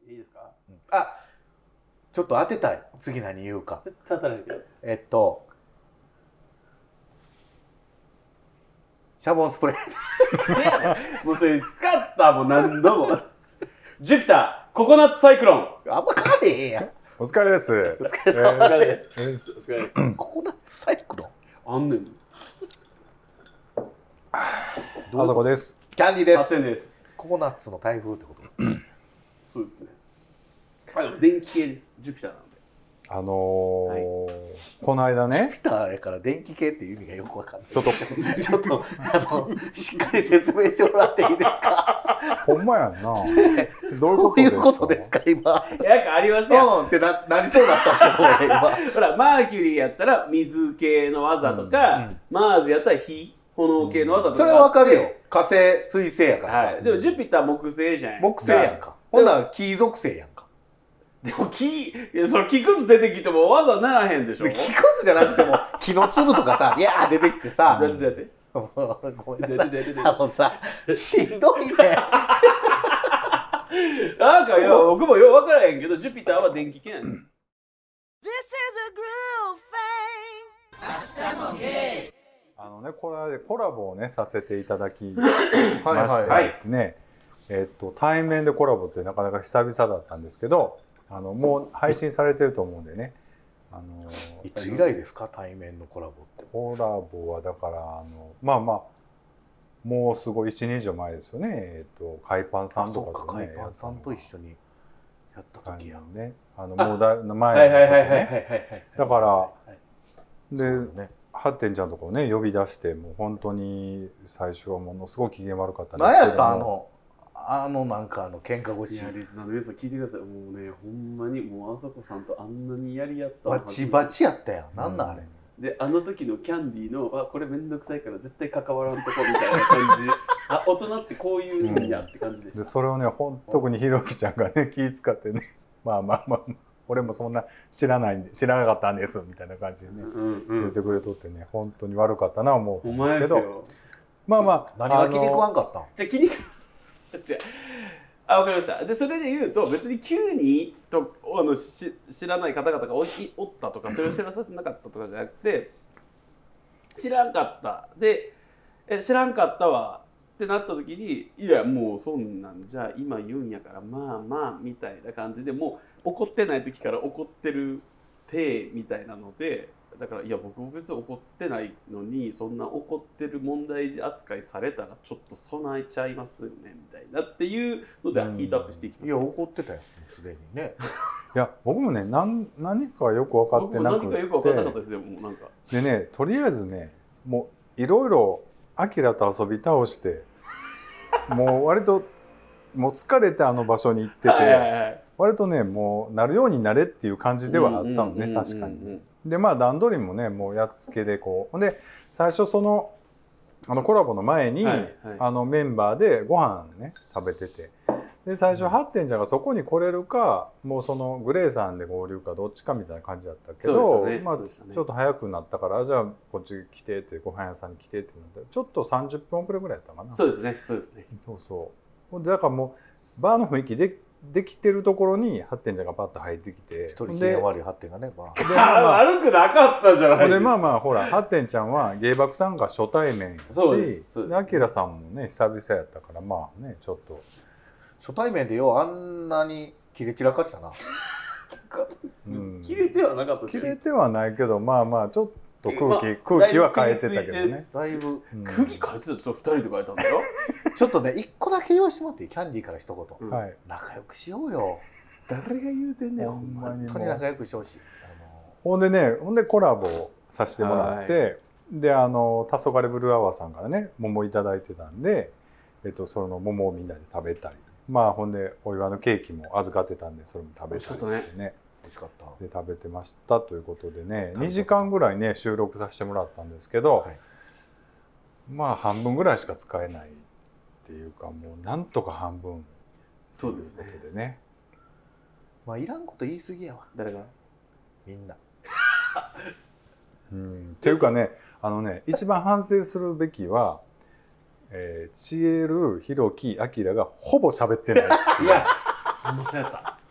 いいですか？ あ、ちょっと当てたい。次何言うか。 絶対当たらないけど。 シャボンスプレー。 もうそれ使ったもん何度も。ジュピターココナッツサイクロン。 あんま変われへんやん。 お疲れです。 お疲れ様です。 お疲れです。 ココナッツサイクロン。 あんねん。 あそこです。 キャンディーです。 8000です。 ココナッツの台風ってこと。 そうですね。でも電気系です。ジュピターなんで。 この間ね。 ジュピターやから電気系っていう意味がよくわかんない。 ちょっとしっかり説明してもらっていいですか。 ほんまやんな。 どういうことですか今。 なんかありますよ。 ってなりそうだったけど俺今。 ほらマーキュリーやったら水系の技とか、マーズやったら火炎系の技とか。 それはわかるよ。火星水星やからさ。 でもジュピター木星じゃないですか。 木星やんか。ほんなら木属性やんか。 でも木くず出てきても技ならへんでしょ。 木くずじゃなくても木の粒とかさ、いやー出てきてさ。 だってごめんなさい。さ、しんどいね。 なんか僕もよう分からへんけど、ジュピターは電気系なんですよ。 これでコラボをねさせていただきましてですね、対面でコラボってなかなか久々だったんですけど、もう配信されてると思うんでね。 いつ以来ですか対面のコラボって。 コラボはだからまあもうすごい1年以上前ですよね。海パンさんとかとね。 海パンさんと一緒にやった時やね。もう前のね。だからで。 ハッテンちゃんとかをね呼び出してもう本当に最初はものすごく機嫌悪かったんですけど。何やったなんか喧嘩腰。 いやリスナーの皆さん聞いてください。もうねほんまにもうあそこさんとあんなにやり合ったバチバチやったやん。なんなんあれ。 であの時のキャンディーのこれめんどくさいから絶対関わらんとこみたいな感じで大人ってこういうんやって感じでした。 でそれをね特にひろきちゃんがね気使ってねまあ俺もそんな知らなかったんですみたいな感じでね言ってくれとってね本当に悪かったな思うんですけど、まあ何が気に食わんかったん？ じゃあ気に食わ分かりました。でそれで言うと別に急にと知らない方々がおったとかそれを知らせてなかったとかじゃなくて知らんかったで知らんかったわってなった時にいやもうそんなんじゃ今言うんやからまあみたいな感じでもう怒ってない時から怒ってる体みたいなのでだからいや僕も別に怒ってないのにそんな怒ってる問題児扱いされたらちょっと備えちゃいますよねみたいなっていうのでヒートアップしていきます、ね、 いや怒ってたよすでにね。 いや僕もね何かよく分かってなくて、 何かよく分からなかったですね。もうなんかでねとりあえずねもういろいろアキラと遊び倒してもう割ともう疲れてあの場所に行ってて割とねもうなるようになれっていう感じではあったのね確かに。で段取りもねもうやっつけでこうほんで最初そのコラボの前に、メンバーでご飯ね食べててで最初ハッテンちゃんがそこに来れるかもうそのグレーさんで合流かどっちかみたいな感じだったけど、ちょっと早くなったからじゃあこっち来てってご飯屋さんに来てってなってちょっと30分遅れぐらいやったかな。 そうですね。 そうだからもうバーの雰囲気できてるところにハッテンちゃんがパッと入ってきて一人機嫌悪いハッテンがね悪くなかったじゃないですか。 でほらハッテンちゃんは芸爆さんが初対面やしでアキラさんもね久々やったからねちょっと初対面でようあんなにキレ散らかしたな。 キレてはなかったキレてはないけどちょっと空気は変えてたけどね。 だいぶ空気変えてたって2人で変えたんだよ。 ちょっとね一個だけ言わしてもらっていい？キャンディーから一言、仲良くしようよ。 誰が言うてんねん。 本当に仲良くしてほしい。 ほんでコラボさせてもらって、で黄昏ブルーアワーさんからね桃いただいてたんで、その桃をみんなで食べたりほんでお祝いのケーキも預かってたんでそれも食べたりしてね。 美味しかった。 で食べてましたということでね2時間ぐらいね収録させてもらったんですけど、半分ぐらいしか使えないっていうかもうなんとか半分そうですね。 でねいらんこと言い過ぎやわ。 誰が？ みんな。 っていうかね一番反省するべきはちえるひろきあきらがほぼ喋ってない。 いやほんまそうやった。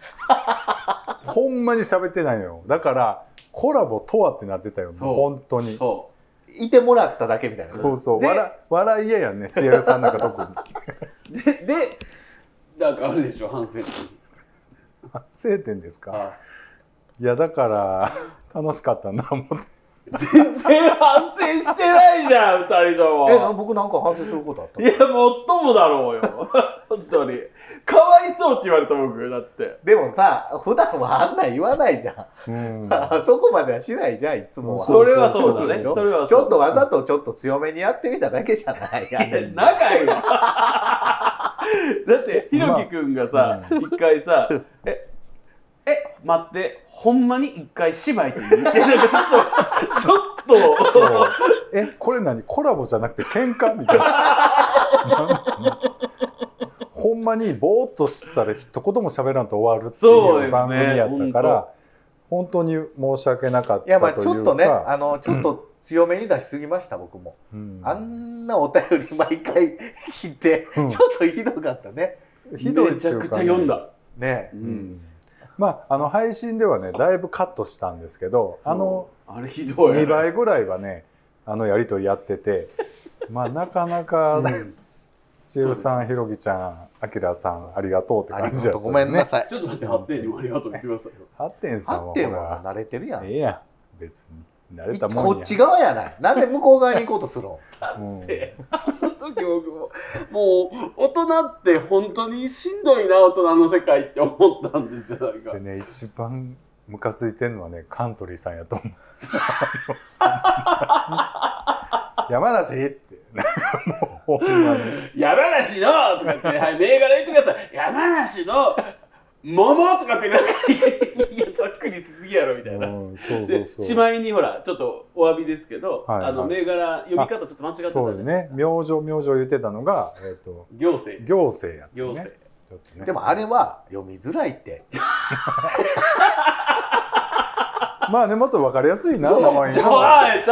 ほんまに喋ってないのよ。だからコラボとはってなってたよ。もう本当に。 いてもらっただけみたいな。 そうそう。笑い嫌やんね、ちえるさんなんか特に。でなんかあるでしょ、反省点。 反省点ですか。いやだから楽しかったな思って。 全然反省してないじゃん、二人とも。 僕なんか反省することあった？ いや、もっともだろうよ。本当に。かわいそうって言われた僕、だって。 でもさ、普段はあんなん言わないじゃん。そこまではしないじゃん、いつもは。 それはそうだね。それはちょっとわざとちょっと強めにやってみただけじゃない。 仲いいわ。だって、ひろきくんがさ、一回さ、待って、ほんまに一回芝居って言って、なんかちょっとこれ何コラボじゃなくて喧嘩みたいな。ほんまにぼーっとしたら一言も喋らんと終わるっていう番組やったから、本当に申し訳なかったというか。いや、 ちょっとね、ちょっと強めに出しすぎました、僕も。あんなお便り毎回聞いて、ちょっとひどかったね。 ひどいめちゃくちゃ読んだ。 ね。 まあ、配信ではねだいぶカットしたんですけど、 あれひどい 2倍ぐらいはねやり取りやってて、まあなかなかちえるさん、ひろきちゃん、あきらさんありがとうって感じだったね。 ごめんなさい。 ちょっと待って、ハッテンにもありがとう言ってくださいよ。 ハッテンさんは慣れてるやん。 ええやん別に。慣れたもんや。 こっち側やない。なんで向こう側に行こうとするの？ だってあの時僕もう大人って本当にしんどいな、大人の世界って思ったんですよ。なんかでね、一番ムカついてるのはねカントリーさんやと思う。山梨ってなんかもうほんまに山梨のとか言って、はい、銘柄言ってください。山梨の桃とかってなんかいやざっくりしすぎやろみたいな。でしまいにほらちょっとお詫びですけど、銘柄読み方ちょっと間違ってたじゃないですか。 そうですね。明星言ってたのが行政やったね。 でもあれは読みづらいって。 まあね、もっと分かりやすいな名前に。 あれ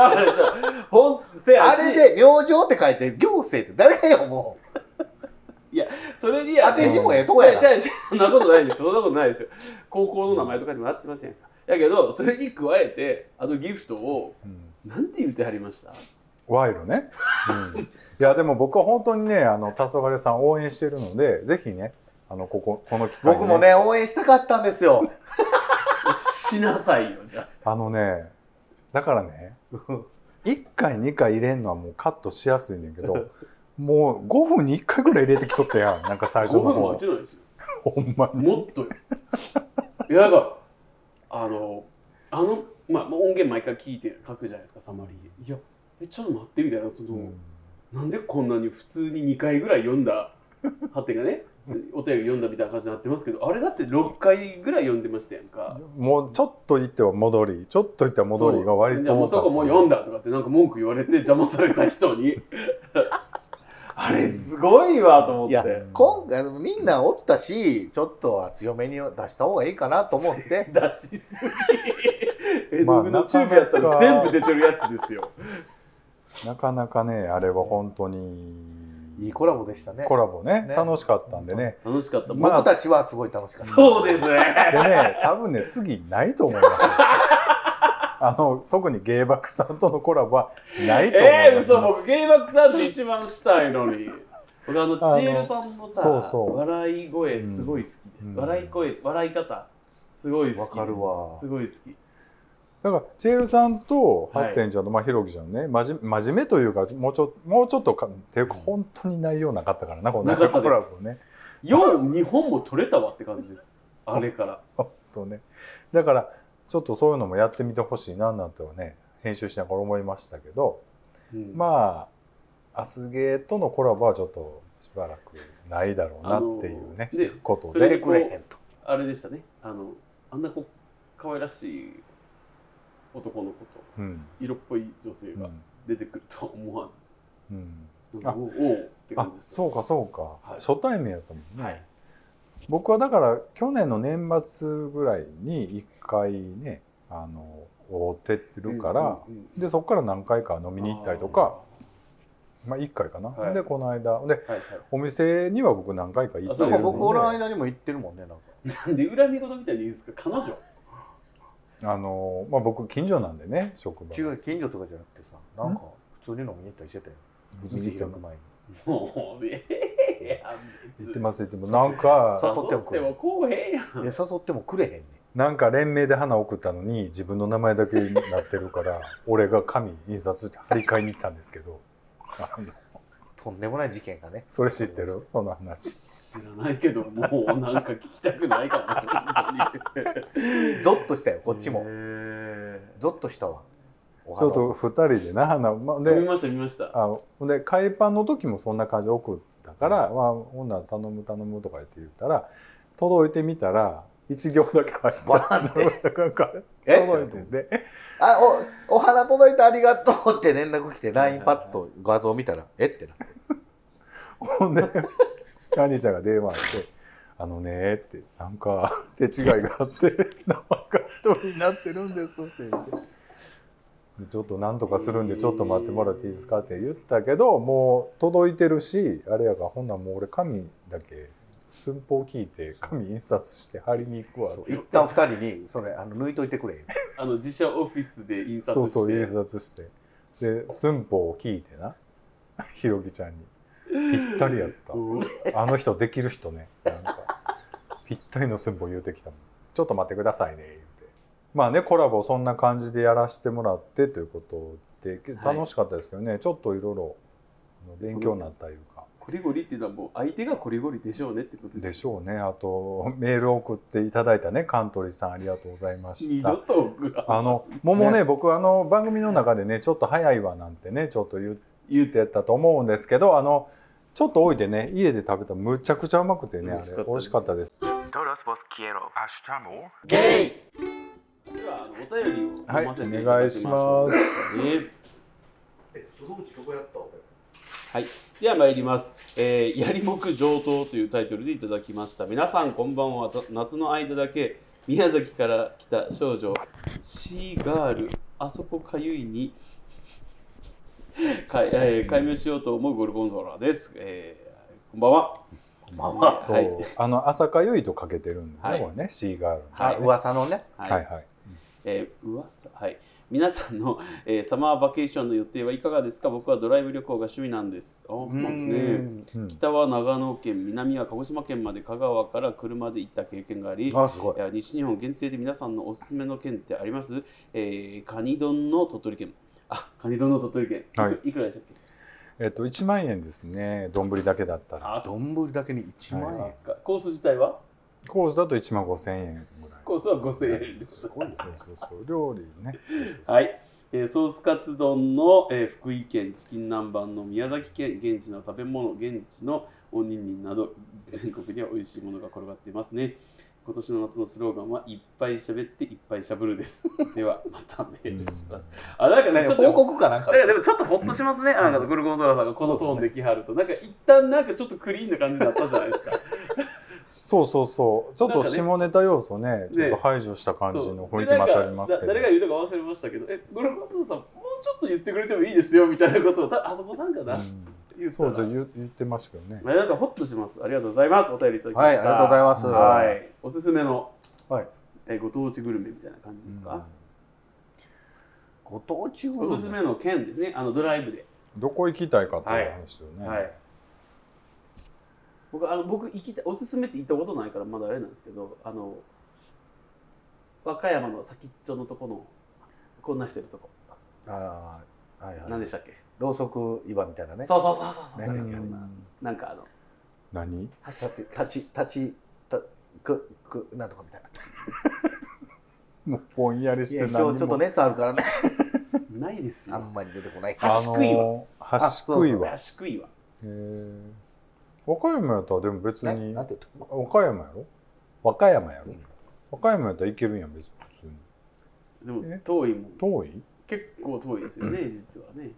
で明星って書いて行政って誰が読もう。 いや、それに当て字もええとこやな。 そんなことないです。そんなことないですよ。高校の名前とかにもなってませんか。だけど、それに加えて、ギフトを、なんて言ってはりました？ 賄賂ね。いや、でも僕は本当にね、黄昏さん応援してるので、ぜひね、この機会に、 僕もね、応援したかったんですよ。 しなさいよ、じゃあ。 だからね、1回、2回入れんのはもうカットしやすいねんけど、もう5分に1回ぐらい入れてきとったやん、なんか最初の方。 5分も入ってないですよ。 ほんまに。 もっとよ。いや、だからまあ、音源毎回聞いて書くじゃないですか、サマリー。いや、ちょっと待ってみたいな、なんでこんなに普通に2回ぐらい読んだ、ハテがね、お便り読んだみたいな感じになってますけど、あれだって6回ぐらい読んでましたやんか。 もうちょっと言っては戻り、ちょっと言っては戻りが割と多かった。 もうそこもう読んだとかってなんか文句言われて邪魔された人に。あれすごいわと思って。いや、 みんなおったし、ちょっとは強めに出した方がいいかなと思って。 出しすぎ。絵の具のチューブやったら全部出てるやつですよ。 なかなかね、あれは本当にいいコラボでしたね。 コラボね、楽しかったんでね。 楽しかった。 僕たちはすごい楽しかった。 そうですね。でね、多分ね、次ないと思いますよ。特にゲイバクさんとのコラボはないと思います。 嘘、僕ゲイバクさんって一番したいのに。僕ちえるさんのさ、笑い声すごい好きです。笑い方すごい好きです。 わかるわ。 すごい好き。 だからちえるさんとハッテンちゃんとひろきちゃんね、真面目というかもうちょっとっていうか本当に内容なかったからな、このコラボね。 2本も取れたわって感じです。あれから。 本当ね。だからちょっとそういうのもやってみてほしいななんてはね、編集しながら思いましたけど、まあアスゲーとのコラボはちょっとしばらくないだろうなっていうね、ことで。 それであれでしたね。あんな可愛らしい男の子と色っぽい女性が出てくるとは思わず、おおって感じです。 そうか、初対面やったもんね。僕はだから去年の年末ぐらいに1回ね会うてるから、でそこから何回か飲みに行ったりとかまあ1回かな、 はいでこの間ではいはいお店には僕何回か行ってあそうですなんか僕おらんるんで間にも言ってるもんね、なんか。 なんで恨み事みたいに言うんですか彼女まあ、僕近所なんでね職場違う、近所とかじゃなくてさ、なんか普通に飲みに行ったりしてたよ。店開く前に。 もうや言ってます言ってますなんか誘っても誘ってもこうへんやんいや、誘ってもくれへんねん。 なんか連名で花送ったのに自分の名前だけになってるから俺が紙印刷して張り替えに行ったんですけどとんでもない事件がね。 それ知ってるその話知らないけどもうなんか聞きたくないからねゾッとしたよ、こっちも。 へゾッとしたわ。おちょっと2人でな花、ま、でー見ました見ましたで海パンの時もそんな感じで送ったから「まあ、ほんなら頼む頼む」とか言って言ったら届いてみたら1行だけ入ってバーンってなんかえ届いててあ、お花届いてありがとうって連絡来て LINE パッと画像見たらえってなってほんで兄ちゃんが電話して「あのね」って「なんか手違いがあって名前が一人になってるんです」って言ってでちょっとなんとかするんでちょっと待ってもらっていいですかって言ったけどもう届いてるしあれやからほんならもう俺紙だけ寸法聞いて紙印刷して貼りに行くわって一旦2人にそれ抜いといてくれ自社オフィスで印刷してそうそう印刷してで寸法を聞いてなひろきちゃんにぴったりやったあの人できる人ねなんかぴったりの寸法言うてきたもんちょっと待ってくださいね言うてまあねコラボそんな感じでやらせてもらってということで楽しかったですけどね、ちょっといろいろ勉強になったいうかコリゴリっていうのはもう相手がコリゴリでしょうねってことでしょうねあとメールを送っていただいたねカントリーさんありがとうございまし二た度と送らん桃ね僕番組の中でねちょっと早いわなんてねちょっと言ってたと思うんですけどちょっと置いてね家で食べたらむちゃくちゃうまくてねあれ美味しかったです。 ゲイではお便りを読ませていただきましょう、 はいお願いしますどこやったはい、では参ります、やりもく上等というタイトルでいただきました。皆さんこんばんは。夏の間だけ宮崎から来た少女シーガールあそこかゆいに解明しようと思うゴルゴンゾーラです、こんばんは。 こんばんは。 そう、 はい朝かゆいとかけてるんでね、 はいこれねシーガール、 はい、噂のね。 はいはいはい噂はい皆さんの、サマーバケーションの予定はいかがですか。僕はドライブ旅行が趣味なんです。そうなんですね。北は長野県、南は鹿児島県まで香川から車で行った経験があり、 あ、すごい。 西日本限定で皆さんのおすすめの県ってあります？カニ丼の鳥取県。カニ丼の鳥取県。 はいいくらでしたっけ ？1万円ですね丼だけだったら。 丼だけに1万円。 コース自体は？ コースだと1万5,000円ぐらい。 コースは5,000円です。 すごいね。 そう料理ね。 はい。ソースカツ丼の、福井県、チキン南蛮の宮崎県、現地の食べ物、現地のおにんにんなど全国には美味しいものが転がっていますね。今年の夏のスローガンはいっぱい喋っていっぱいしゃぶるです。ではまたメールします。なんかねちょっと報告かなんか。 でもちょっとホッとしますね。ゴルゴンゾーラさんがこのトーンできはると、なんか一旦なんかちょっとクリーンな感じになったじゃないですか。 そうちょっと下ネタ要素ねちょっと排除した感じの雰囲気もありますけど、 誰が言うたか忘れましたけど、ゴルゴンゾーラさんもうちょっと言ってくれてもいいですよみたいなことをあそこさんかな、 そう言ってましたけどね。 なんかホッとします。ありがとうございます。お便りいただきました。 はい、ありがとうございます。 はい、おすすめの、 はい、 ご当地グルメみたいな感じですか？ ご当地グルメ。 おすすめの県ですね。ドライブで。 どこ行きたいかっていう話よね。 はい。僕おすすめって行ったことないからまだあれなんですけど、和歌山の先っちょのとこのこんなしてるとこ。 はいはい。 何でしたっけ？ ろうそく岩みたいなね。 そう。なんか何？ なんとかみたいな。 もうぼんやりして今日ちょっと熱あるからね。 ないですよ。 あんまり出てこない。 端食いは。 端食いは。 端食いは。 和歌山やったらでも別になんて言ったの？ 和歌山やろ？和歌山やろ？和歌山やったらいけるんや別に普通に。 でも遠いもん。 遠い？ 結構遠いですよね実はね。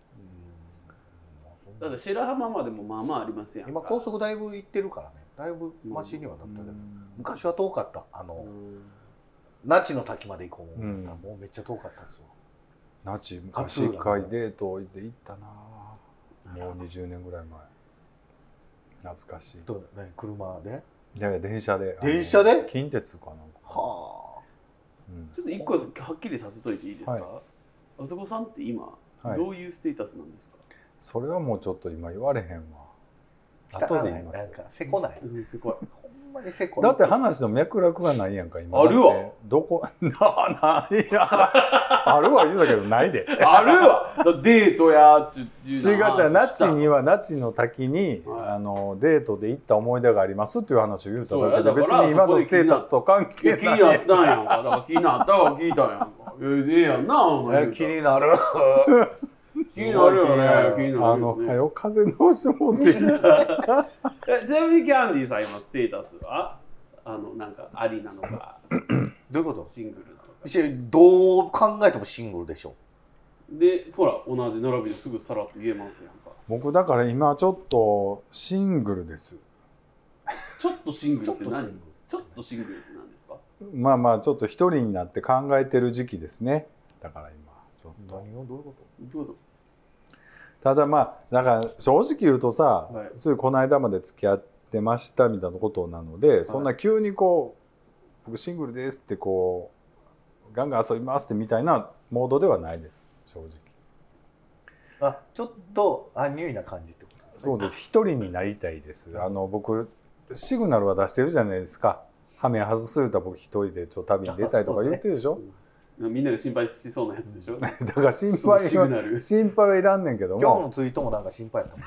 だって白浜までもまあまあありますやん。 今高速だいぶ行ってるからね。だいぶマシにはなったけど、昔は遠かった。那智の滝まで行こう。もうめっちゃ遠かったですよ。 那智昔一回デートで行ったな。 もう20年ぐらい前。懐かしい。 何車で？ いやいや電車で。 電車で？ 近鉄かなんか。 はあ。 ちょっと一個はっきりさせといていいですか、 はい、 あそこさんって今、 はい、 どういうステータスなんですか？ それはもうちょっと今言われへんわ。後で言います。 なんかせこない。 せこい。 ほんまにせこい。 だって話の脈絡がないやんか今。 あるわ。 どこないや。あるわ言うだけどないで。 あるわ。デートやっていう違う違う。那智には那智の滝に、 はい、 デートで行った思い出がありますっていう話を言うただけで別に今のステータスと関係ない。 気になったんやんか。だから気になったから聞いたんやんか。ええやんな。 気になる。 気になるよね。気になるよね。 風のしてもっていい。 ちなみにキャンディーさん今ステータスはなんかありなのか。 どういうこと？ シングルなのか。 どう考えてもシングルでしょ。 でほら同じ並びですぐさらっと言えますやんか。 僕だから今ちょっとシングルです。 ちょっとシングルって何？ちょっとシングルって何ですか？ まあまあちょっと一人になって考えてる時期ですね。だから今ちょっと。 何をどういうこと？ どういうこと？ ただまあだから正直言うとさ、 はい、 ついこの間まで付き合ってましたみたいなことなので、はい、そんな急にこう僕シングルですってこうガンガン遊びますってみたいなモードではないです正直。ちょっとアンニュイな感じってことですね。 そうです。一人になりたいです。僕シグナルは出してるじゃないですか。羽目外すると僕一人で旅に出たいとか言ってるでしょ。 みんなが心配しそうなやつでしょ。 だから心配はいらんねんけども。 今日のツイートもなんか心配やったもん。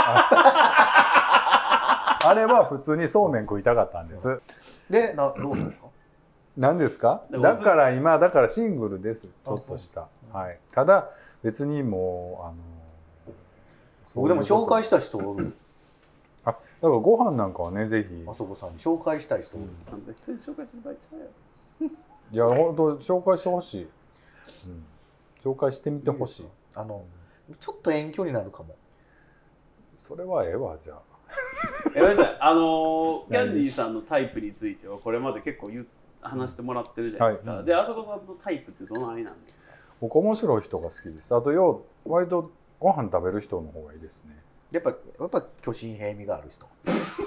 あれは普通にそうめん食いたかったんです。 で、どうですか？ 何ですか？だからシングルです。ちょっとした。はい。ただ別にもう僕でも紹介した人おる。 だからご飯なんかはねぜひ。 あそこさんに紹介したい人おる。 人に紹介する場合ちゃうよ。 いや本当紹介してほしい、紹介してみてほしい。 ちょっと遠距離になるかも。 それはええわじゃあ。 ごめんなさいキャンディーさんのタイプについてはこれまで結構話してもらってるじゃないですか、はい、であそこさんのタイプってどのありなんですか？僕面白い人が好きです。あと割とご飯食べる人の方がいいですね。 やっぱ虚心平味がある人。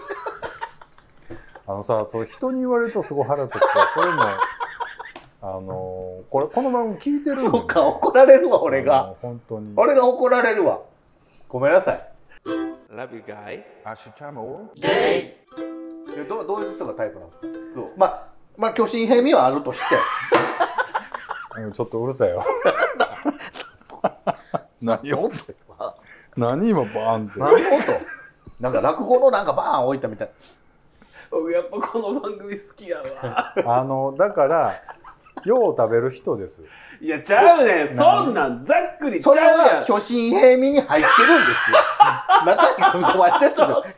そう人に言われるとすごい腹立つからそれもこの番組聞いてるんで、ね、 そうか怒られるわ俺が。 本当に俺が怒られるわ。ごめんなさい。 Love you guys。 アッシュチャムどういう人がタイプなんですか？ そう。 まあ虚心平味はあるとして。 ちょっとうるさいよ。何今バーンって。 なんか落語のなんかバーン置いたみたい。 僕やっぱこの番組好きやわ。 だからよう食べる人です。 いやちゃうねん。そんなんざっくりちゃうやん。 それは虚心平味に入ってるんですよ。中に組み込まれてるんですよ。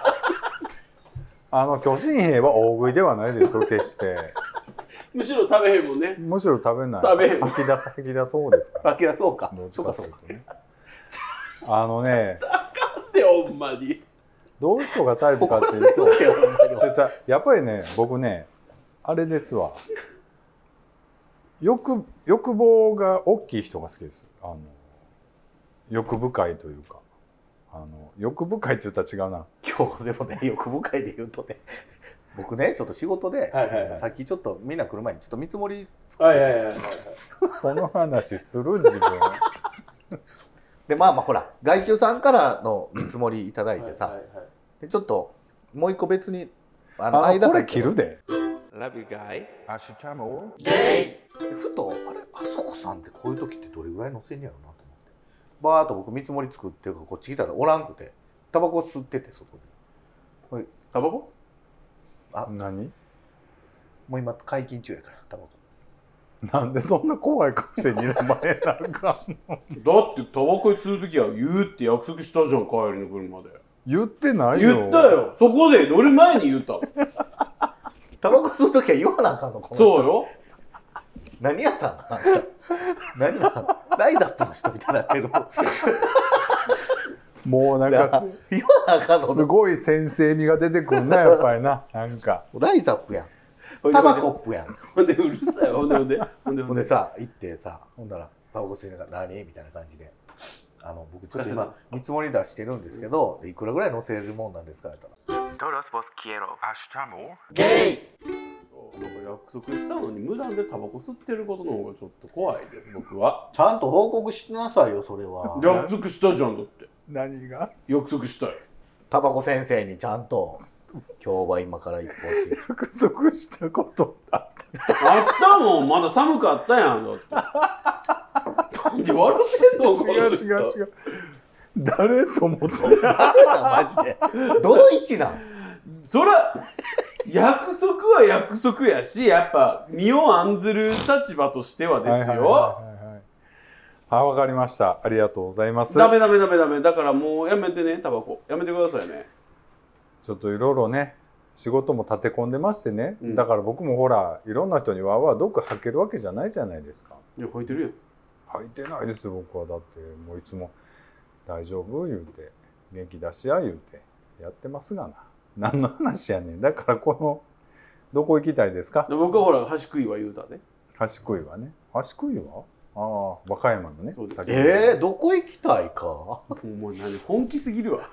虚心平は大食いではないですよ決して。 むしろ食べへんもんね。 むしろ食べない。 食べへん。 吐き出そうですから。 吐き出そうか。そうか。 あかんでほんまに。 どういう人がタイプかっていうと、やっぱりね僕ねあれですわ。欲望が大きい人が好きです。欲深いというか欲深いって言ったら違うな。 今日でもね欲深いで言うとね僕ねちょっと仕事で、さっきちょっとみんな来る前にちょっと見積もり作ってて、 その話する自分でまあほら外注さんからの見積もりいただいてさ、でちょっともう一個別に間これ切るで。 Love you guys。 アッシュチャムふとあそこさんってこういう時ってどれぐらい乗せんやろなと思ってバーッと僕見積もり作ってるからこっち来たらおらんくてタバコ吸ってて外で。 タバコ？ 何？ もう今解禁中やからタバコ。 なんでそんな怖い顔して2年前なんかんの？ だってタバコ吸う時は言うって約束したじゃん帰りの車で。 言ってないよ。 言ったよ。そこで乗る前に言った。 タバコ吸う時は言わなあかんの？この人そうよ。 何屋さんあんた何がライザップの人みたいになってる。 もうなんか言わなあかんの？ すごい先生味が出てくるなやっぱりな。なんかライザップやん。タバコップやん。 ほんでうるさい。ほんでさ行ってさほんだらタバコ吸いながら何みたいな感じで僕ちょっと今見積もり出してるんですけど、いくらぐらい乗せるもんなんですかって言ったら Todos vos quiero. Hasta ゲイなんか約束したのに無断でタバコ吸ってることの方がちょっと怖いです僕は。 ちゃんと報告してなさいよそれは。 約束したじゃんだって。 何が約束したよ。 タバコ先生にちゃんと今日は今から一本し約束したことあっあったもんまだ寒かったやんだって。なんで笑ってんのこの人。 違う誰と思ってマジでどの位置なん。 そら約束は約束やしやっぱ身を案ずる立場としてはですよ。 あ、わかりました。ありがとうございます。 ダメだからもうやめてねタバコやめてくださいね。 ちょっといろいろね仕事も立て込んでましてね、 うん、 だから僕もほらいろんな人にわーわー毒吐けるわけじゃないじゃないですか。 いや吐いてるやん。 吐いてないですよ僕は。だってもういつも大丈夫言うて元気出しや言うてやってますがな。何の話やねん。だからこのどこ行きたいですか。 僕はほら箸食いは言うたね。 箸食いはね。箸食いはああ和歌山のね。 どこ行きたいか。 もう何本気すぎるわ。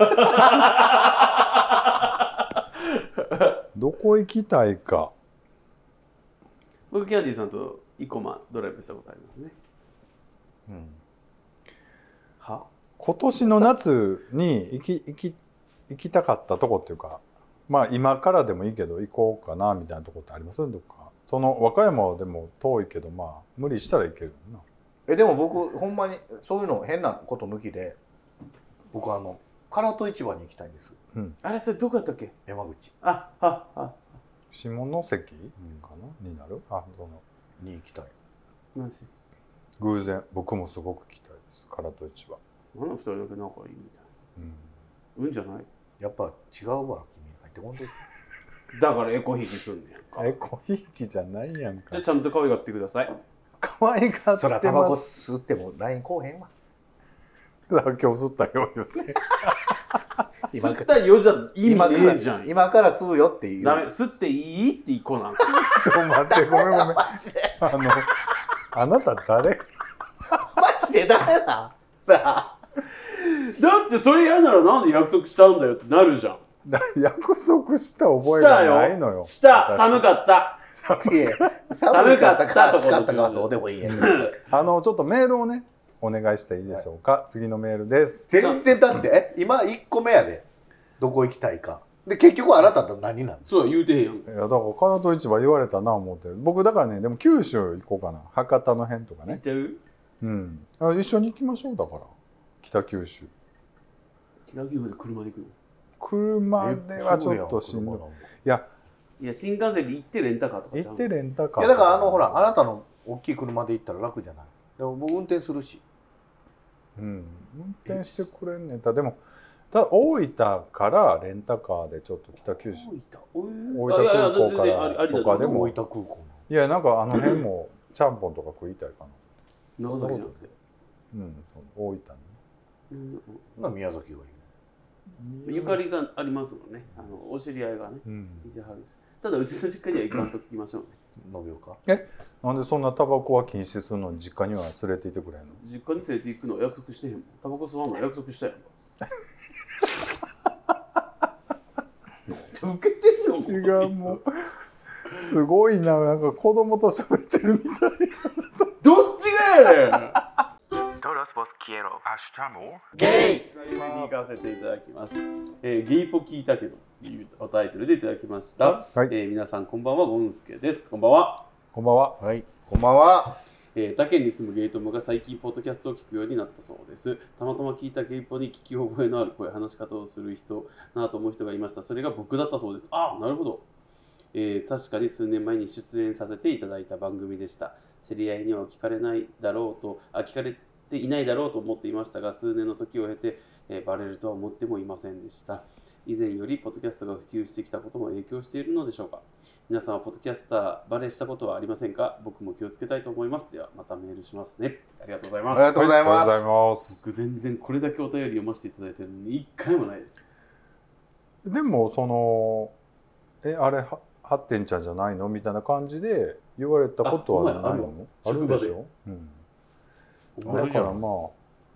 どこ行きたいか。 僕キャンディーさんと生駒ドライブしたことありますね。 うん、 は今年の夏に行きたかったとこっていうか、まあ今からでもいいけど行こうかなみたいなとこってあります？どっかその和歌山でも遠いけどまあ無理したらいけるな。 でも僕ほんまにそういうの変なこと抜きで僕唐戸市場に行きたいんです、 うん、 あれそれどこやったっけ。 山口。 あ下関かな、になる。そのに行きたい。 何し偶然僕もすごく行きたいです。唐戸市場。 あの二人だけ仲いいみたいな。うんじゃない。 やっぱ違うわ君入ってこんといて。 だからエコひいきすんねやんか。 エコひいきじゃないやんか。 じゃあちゃんと可愛がってください。 可愛がってます。 そらタバコ吸っても LINE こうへんわ。 だから今日吸ったよ言って吸ったよじゃ意味ねえじゃん。 今から吸うよっていう。 ダメ吸っていいって一個なんか。 ちょっと待ってごめんあなた誰。 マジで誰だ。 だってそれ嫌ならなんで約束したんだよってなるじゃん。 約束した覚えがないのよ。 した寒かった。 いや寒かったか暑かったかはどうでもいいやん。 ちょっとメールをねお願いしていいでしょうか、はい、次のメールです。 全然だって今1個目やでどこ行きたいかで結局あなたと何なん。 そう言うてへんやん。いやだから唐戸市場言われたな思って僕だからね。でも九州行こうかな。博多の辺とかね。 行っちゃう。 うん一緒に行きましょう。だから北九州。 北九州で車で行くの。 車ではちょっとしんどい。いや新幹線で行ってレンタカーとかちゃう。 行ってレンタカー。 いやだからほらあなたの大きい車で行ったら楽じゃない。でも僕運転するし。 運転してくれんねんた。でも大分からレンタカーでちょっと北九州大分空港からとかでも。 大分空港。 いやなんか辺もちゃんぽんとか食いたいかな。 長崎じゃなくて大分ね。宮崎がいい。 ゆかりがありますもんね。お知り合いがね、いてはるんです。ただうちの実家には行かんときましょうね。 延岡。 なんでそんなタバコは禁止するのに実家には連れて行ってくれんの。 実家に連れて行くのは約束してへんもん。タバコ吸わんの約束したやんか。受けてんの。 違うもうすごいな。なんか子供と喋ってるみたい。 どっちがやねん。 Todos vos quiero. Hasta ゲイ行かせていただきます。ゲイポ聞いたけどっていうタイトルでいただきました。 はい皆さんこんばんは、ゴンスケです。こんばんは。 こんばんは。 はいこんばんは。 他県に住むゲイ友が最近ポッドキャストを聞くようになったそうです。たまたま聞いたゲイポに聞き覚えのある声、話し方をする人なと思う人がいました。それが僕だったそうです。ああ、なるほど。確かに数年前に出演させていただいた番組でした。知り合いには聞かれていないだろうと思っていましたが、数年の時を経て、バレるとは思ってもいませんでした。以前よりポッドキャストが普及してきたことも影響しているのでしょうか。皆さんはポッドキャスターバレしたことはありませんか。僕も気をつけたいと思います。ではまたメールしますね。ありがとうございます。 ありがとうございます。 ありがとうございます。 僕全然これだけお便り読ませていただいてるのに一回もないです。 でもそのあれハッテンちゃんじゃないのみたいな感じで言われたことはないの？あるでしょ。 うん、 だからまあ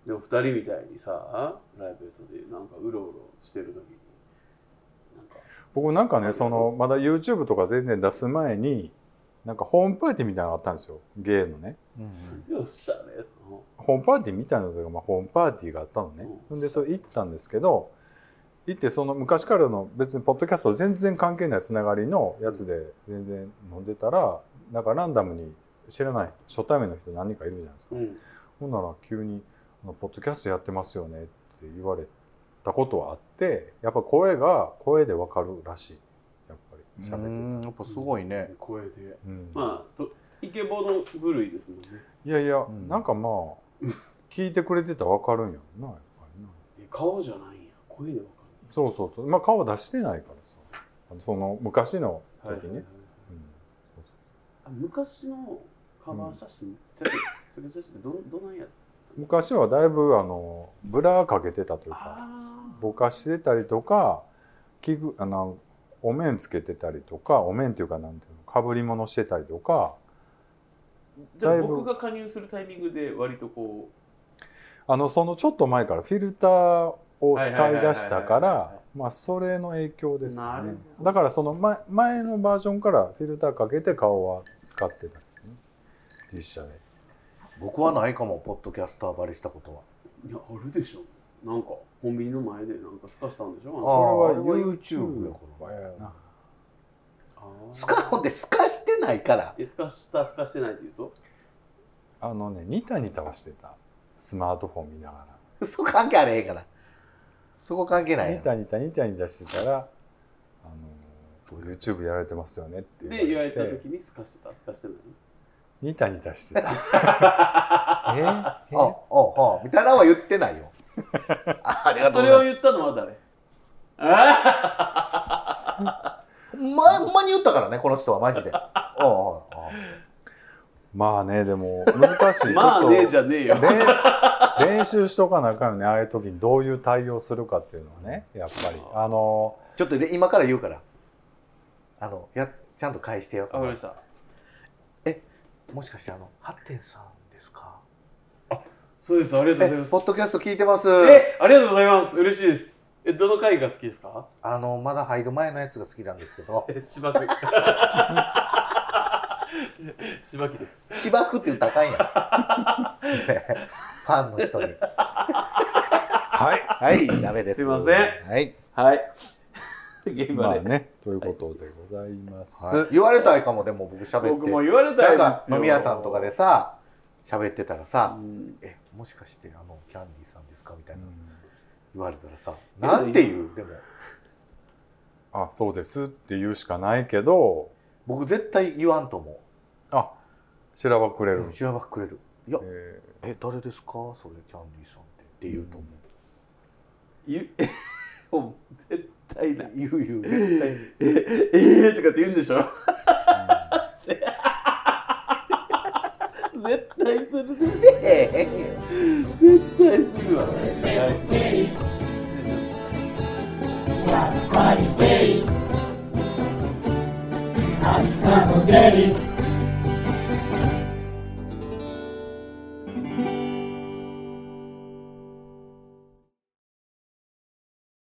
でも2人みたいにさプライベートでなんかうろうろしてる時になんか僕なんかねそのまだ YouTube とか全然出す前になんかホームパーティーみたいなのがあったんですよゲイのね、 よっしゃねホームパーティーみたいなのというか、まあ、ホームパーティーがあったのね、でそれ行ったんですけど行ってその昔からの別にポッドキャスト全然関係ないつながりのやつで全然飲んでたらなんかランダムに知らない初対面の人何人かいるじゃないですか、ほんなら急に「ポッドキャストやってますよね」って言われたことはあってやっぱ声が声で分かるらしいやっぱり喋っててやっぱすごいね、 声で、まあイケボの部類ですもんね。 いやいや、なんかまあ聞いてくれてたら分かるんやろなやっぱりな。 顔じゃないんや声で分かる。 そうそうそう、まあ顔出してないからさその昔の時ね、 昔のカバー写真、写真ってどないやった？ 昔はだいぶブラかけてたというかぼかしてたりとかお面つけてたりとかお面っていうかなんていうのかぶり物してたりとか。 じゃあ僕が加入するタイミングで割とこうそのちょっと前からフィルターを使い出したからまあそれの影響ですかね。だからその前のバージョンからフィルターかけて顔は使ってた、ね、実写で。 僕はないかもポッドキャスターバリしたことは。 いやあるでしょ。なんかコンビニの前でなんかスカしたんでしょ。 それは YouTube やからな。スカってスカしてないから。 スカしてないって言うとニタニタはしてたスマートフォン見ながら。そこ関係あれへんからそこ関係ないニタニタしてたらYouTube やられてますよねって言われた時にスカしてないニタニタしてたみたいなのは言ってないよありがとうございます。 それを言ったのは誰？ ほんまに言ったからねこの人はマジで。 まあねでも難しいまあねじゃねえよ練習しとかなあかんよねああいう時にどういう対応するかっていうのはねやっぱりちょっと今から言うからちゃんと返してよ。 わかりました。 もしかしてハッテンさんですか？ あ、そうです。ありがとうございます。 ポッドキャスト聞いてます。 ありがとうございます。嬉しいです。どの回が好きですか？ まだ入る前のやつが好きなんですけど。 しばく。しばきです。 しばくって言ったらあかんやん。ファンの人に。はいダメです。 すいません。はい。 まあねということでございます。 言われたいかもでも僕喋って。僕も言われたいですよ。 なんか飲み屋さんとかでさ喋ってたらさ、もしかしてキャンディーさんですかみたいな言われたらさ、なんて言うでも。 そうですって言うしかないけど。 僕絶対言わんと思う。 しらばくれる。 しらばくれる。いや、誰ですかそれキャンディーさんって言うと思う。 絶対な。 言う絶対に。とかって言うんでしょ。絶対するです。絶対するわ。明日もゲイ